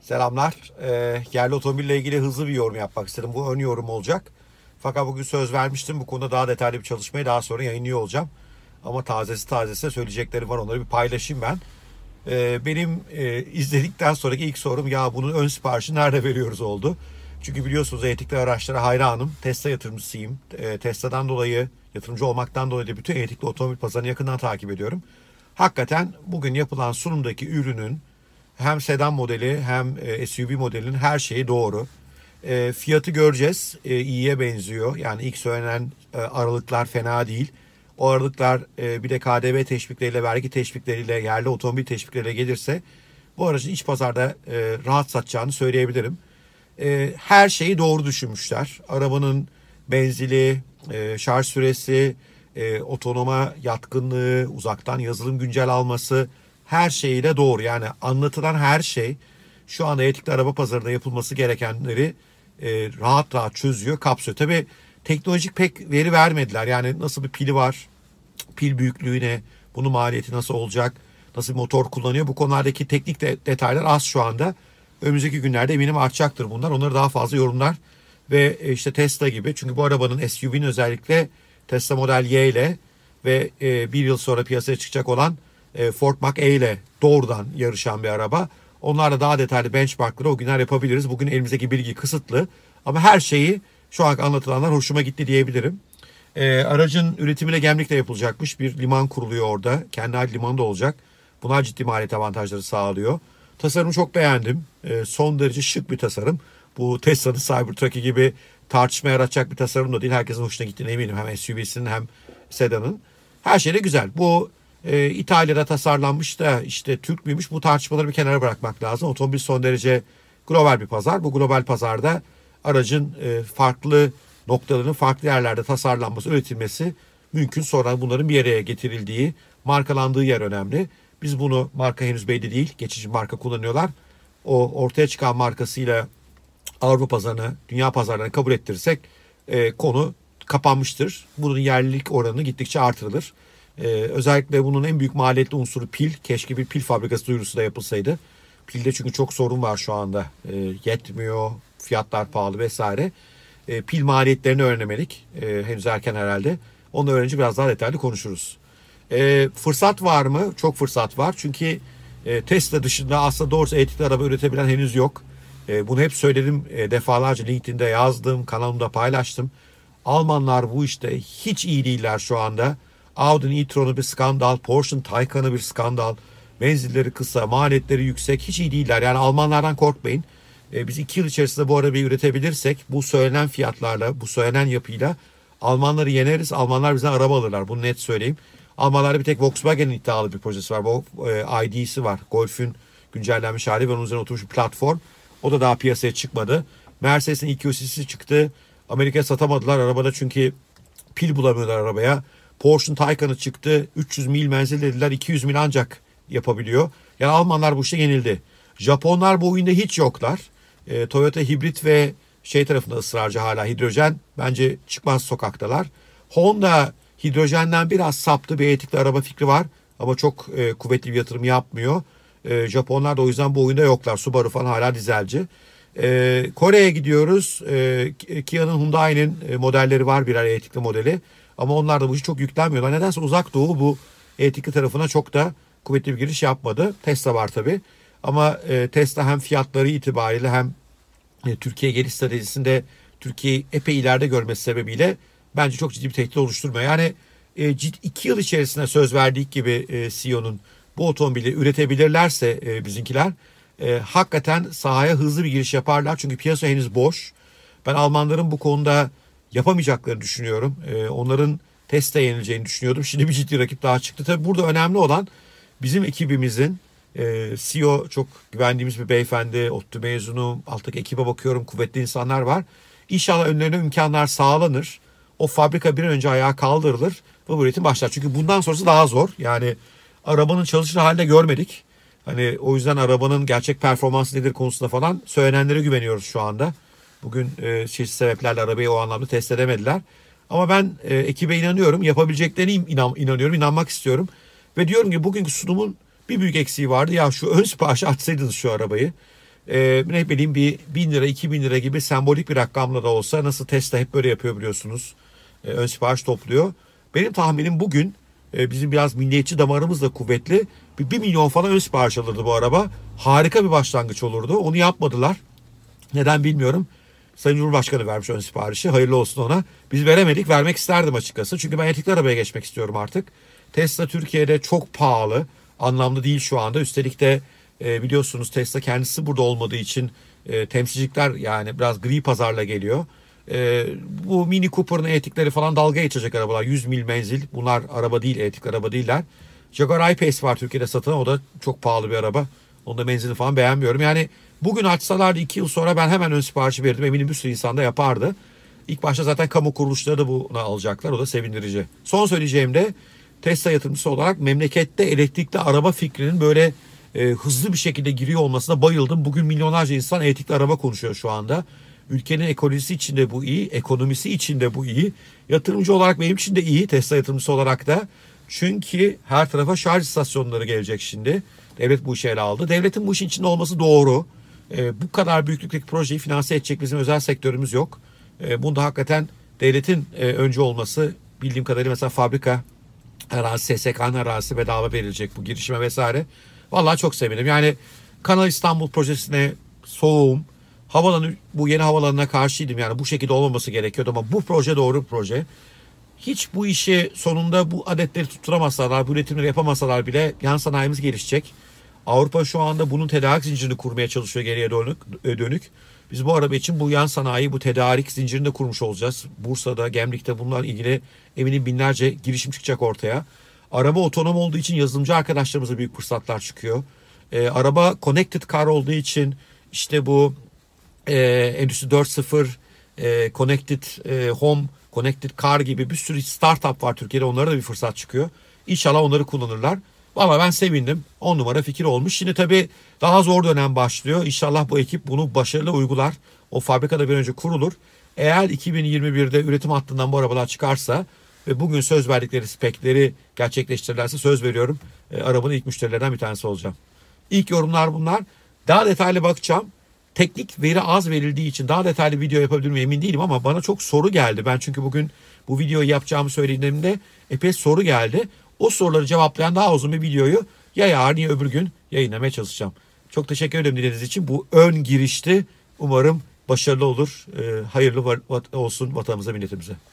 Selamlar. Yerli otomobille ilgili hızlı bir yorum yapmak istedim. Bu ön yorum olacak. Fakat bugün söz vermiştim. Bu konuda daha detaylı bir çalışmayı daha sonra yayınlıyor olacağım. Ama tazesi söyleyeceklerim var. Onları bir paylaşayım ben. Benim izledikten sonraki ilk sorum ya bunun ön siparişi nerede veriyoruz oldu. Çünkü biliyorsunuz elektrikli araçlara hayranım. Tesla yatırımcısıyım. Tesla'dan dolayı yatırımcı olmaktan dolayı da bütün elektrikli otomobil pazarını yakından takip ediyorum. Hakikaten bugün yapılan sunumdaki ürünün hem sedan modeli hem SUV modelinin her şeyi doğru. Fiyatı göreceğiz. İyiye benziyor. Yani ilk söylenen aralıklar fena değil. O aralıklar bir de KDV teşvikleriyle, vergi teşvikleriyle, yerli otomobil teşvikleriyle gelirse bu aracın iç pazarda rahat satacağını söyleyebilirim. Her şeyi doğru düşünmüşler. Arabanın menzili, şarj süresi, otonoma yatkınlığı, uzaktan yazılım güncel alması her şeyiyle doğru. Yani anlatılan her şey şu anda elektrikli araba pazarında yapılması gerekenleri rahat rahat çözüyor, kapsıyor. Tabii teknolojik pek veri vermediler. Yani nasıl bir pili var, pil büyüklüğü ne, bunun maliyeti nasıl olacak, nasıl bir motor kullanıyor. Bu konulardaki teknik detaylar az şu anda. Önümüzdeki günlerde eminim artacaktır bunlar. Onları daha fazla yorumlar ve işte Tesla gibi. Çünkü bu arabanın SUV'nin özellikle Tesla Model Y ile ve bir yıl sonra piyasaya çıkacak olan Ford Mach-E ile doğrudan yarışan bir araba. Onlarla daha detaylı benchmarkları o günler yapabiliriz. Bugün elimizdeki bilgi kısıtlı. Ama her şeyi şu an anlatılanlar hoşuma gitti diyebilirim. Aracın üretimine Gemlik'te yapılacakmış. Bir liman kuruluyor orada. Kendi ait limanı da olacak. Bunlar ciddi maliyet avantajları sağlıyor. Tasarımı çok beğendim. Son derece şık bir tasarım. Bu Tesla'nın Cybertruck'ı gibi tartışma yaratacak bir tasarım da değil. Herkesin hoşuna gittiğine eminim. Hem SUV'sinin hem sedanın. Her şey de güzel. Bu İtalya'da tasarlanmış da işte Türk müymüş, bu tartışmaları bir kenara bırakmak lazım. Otomobil son derece global bir pazar. Bu global pazarda aracın farklı noktalarının farklı yerlerde tasarlanması, üretilmesi mümkün. Sonra bunların bir araya getirildiği, markalandığı yer önemli. Biz bunu, marka henüz belli değil, geçici marka kullanıyorlar. O ortaya çıkan markasıyla Avrupa pazarına, dünya pazarlarına kabul ettirirsek konu kapanmıştır. Bunun yerlilik oranı gittikçe artırılır. Özellikle bunun en büyük maliyetli unsuru pil. Keşke bir pil fabrikası duyurusu da yapılsaydı. Pilde çünkü çok sorun var şu anda. Yetmiyor, fiyatlar pahalı vesaire. Pil maliyetlerini öğrenemedik. Henüz erken herhalde. Onu öğrenince biraz daha detaylı konuşuruz. Fırsat var mı? Çok fırsat var. Çünkü Tesla dışında aslında doğrusu elektrikli araba üretebilen henüz yok. Bunu hep söyledim. Defalarca LinkedIn'de yazdım. Kanalımda paylaştım. Almanlar bu işte hiç iyi değiller şu anda. Audi'nin e-tron'u bir skandal. Porsche'un Taycan'ı bir skandal. Menzilleri kısa, maliyetleri yüksek. Hiç iyi değiller. Yani Almanlardan korkmayın. Biz 2 yıl içerisinde bu arabayı üretebilirsek bu söylenen fiyatlarla, bu söylenen yapıyla Almanları yeneriz. Almanlar bizden araba alırlar. Bunu net söyleyeyim. Almanlarda bir tek Volkswagen'in iddialı bir projesi var. Bu ID'si var. Golf'ün güncellenmiş hali ve onun üzerine oturmuş bir platform. O da daha piyasaya çıkmadı. Mercedes'in EQC'si çıktı. Amerika'ya satamadılar arabada çünkü pil bulamıyorlar arabaya. Porsche'un Taycan'ı çıktı. 300 mil menzil dediler. 200 mil ancak yapabiliyor. Yani Almanlar bu işte yenildi. Japonlar bu oyunda hiç yoklar. Toyota hibrit ve şey tarafında ısrarcı hala hidrojen. Bence çıkmaz sokaktalar. Honda hidrojenden biraz saptı, bir elektrikli araba fikri var. Ama çok kuvvetli bir yatırım yapmıyor. Japonlar da o yüzden bu oyunda yoklar. Subaru falan hala dizelci. Kore'ye gidiyoruz. Kia'nın, Hyundai'nin modelleri var, birer elektrikli modeli. Ama onlar da bu işi çok yüklenmiyorlar. Nedense Uzak Doğu bu elektrikli tarafına çok da kuvvetli bir giriş yapmadı. Tesla var tabii. Ama Tesla hem fiyatları itibariyle hem Türkiye geliş stratejisinde Türkiye'yi epey ileride görmesi sebebiyle bence çok ciddi bir tehdit oluşturmuyor. Yani 2 yıl içerisinde söz verdiği gibi CEO'nun bu otomobili üretebilirlerse bizimkiler hakikaten sahaya hızlı bir giriş yaparlar. Çünkü piyasa henüz boş. Ben Almanların bu konuda yapamayacaklarını düşünüyorum. Onların Tesla'ya yenileceğini düşünüyordum. Şimdi bir ciddi rakip daha çıktı. Tabii burada önemli olan bizim ekibimizin CEO çok güvendiğimiz bir beyefendi, ODTÜ mezunu, alttaki ekibe bakıyorum, kuvvetli insanlar var. İnşallah önlerine imkanlar sağlanır. O fabrika bir an önce ayağa kaldırılır ve bu üretim başlar. Çünkü bundan sonrası daha zor. Yani arabanın çalışır halde görmedik. Hani o yüzden arabanın gerçek performansı nedir konusunda falan söylenenlere güveniyoruz şu anda. Bugün çeşitli sebeplerle arabayı o anlamda test edemediler. Ama ben ekibe inanıyorum. Yapabileceklerine inanıyorum, inanmak istiyorum. Ve diyorum ki bugünkü sunumun bir büyük eksiği vardı. Ya şu ön siparişi açsaydınız şu arabayı. Ne bileyim bir 1.000 lira 2.000 lira gibi sembolik bir rakamla da olsa, nasıl Tesla hep böyle yapıyor biliyorsunuz. Ön sipariş topluyor. Benim tahminim bugün bizim biraz milliyetçi damarımız da kuvvetli. 1 milyon falan ön sipariş alırdı bu araba. Harika bir başlangıç olurdu. Onu yapmadılar. Neden bilmiyorum. Sayın Cumhurbaşkanı vermiş ön siparişi. Hayırlı olsun ona. Biz veremedik. Vermek isterdim açıkçası. Çünkü ben elektrikli arabaya geçmek istiyorum artık. Tesla Türkiye'de çok pahalı. Anlamlı değil şu anda. Üstelik de biliyorsunuz Tesla kendisi burada olmadığı için temsilcilikler yani biraz gri pazarla geliyor. Bu Mini Cooper'ın elektrikleri falan dalga geçecek arabalar. 100 mil menzil. Bunlar araba değil, elektrikli araba değiller. Jaguar I-Pace var Türkiye'de satılan. O da çok pahalı bir araba. Onun da menzilini falan beğenmiyorum. Yani bugün açsalardı 2 yıl sonra ben hemen ön siparişi verirdim. Eminim bir sürü insan da yapardı. İlk başta zaten kamu kuruluşları da buna alacaklar. O da sevindirici. Son söyleyeceğim de Tesla yatırımcısı olarak memlekette elektrikli araba fikrinin böyle hızlı bir şekilde giriyor olmasına bayıldım. Bugün milyonlarca insan elektrikli araba konuşuyor şu anda. Ülkenin ekolojisi için de bu iyi, ekonomisi için de bu iyi. Yatırımcı olarak benim için de iyi, Tesla yatırımcısı olarak da. Çünkü her tarafa şarj istasyonları gelecek şimdi. Devlet bu işi ele aldı. Devletin bu işin içinde olması doğru. Bu kadar büyüklükteki projeyi finanse edecek bizim özel sektörümüz yok. Bunda hakikaten devletin öncü olması, bildiğim kadarıyla mesela fabrika arazi, SSK'nın arazisi bedava verilecek bu girişime vesaire. Vallahi çok sevindim. Yani Kanal İstanbul projesine soğuğum. Havalanı, bu yeni havalanına karşıydım. Yani bu şekilde olmaması gerekiyordu ama bu proje doğru bir proje. Hiç bu işi sonunda bu adetleri tutturamasalar, bu üretimleri yapamasalar bile yan sanayimiz gelişecek. Avrupa şu anda bunun tedarik zincirini kurmaya çalışıyor geriye dönük. Biz bu araba için bu yan sanayi, bu tedarik zincirini de kurmuş olacağız. Bursa'da, Gemlik'te bunlarla ilgili eminim binlerce girişim çıkacak ortaya. Araba otonom olduğu için yazılımcı arkadaşlarımıza büyük fırsatlar çıkıyor. Araba connected car olduğu için işte bu Endüstri 4.0, Connected Home, Connected Car gibi bir sürü startup var Türkiye'de. Onlara da bir fırsat çıkıyor. İnşallah onları kullanırlar. Valla ben sevindim. 10 numara fikir olmuş. Şimdi tabii daha zor dönem başlıyor. İnşallah bu ekip bunu başarılı uygular. O fabrikada bir önce kurulur. Eğer 2021'de üretim hattından bu arabalar çıkarsa ve bugün söz verdikleri spekleri gerçekleştirirlerse söz veriyorum. Arabanın ilk müşterilerden bir tanesi olacağım. İlk yorumlar bunlar. Daha detaylı bakacağım. Teknik veri az verildiği için daha detaylı video yapabilir miyim emin değilim ama bana çok soru geldi. Ben çünkü bugün bu videoyu yapacağımı söylediğimde epey soru geldi. O soruları cevaplayan daha uzun bir videoyu ya yarın ya öbür gün yayınlamaya çalışacağım. Çok teşekkür ederim dinlediğiniz için. Bu ön girişti. Umarım başarılı olur. Hayırlı olsun vatanımıza, milletimize.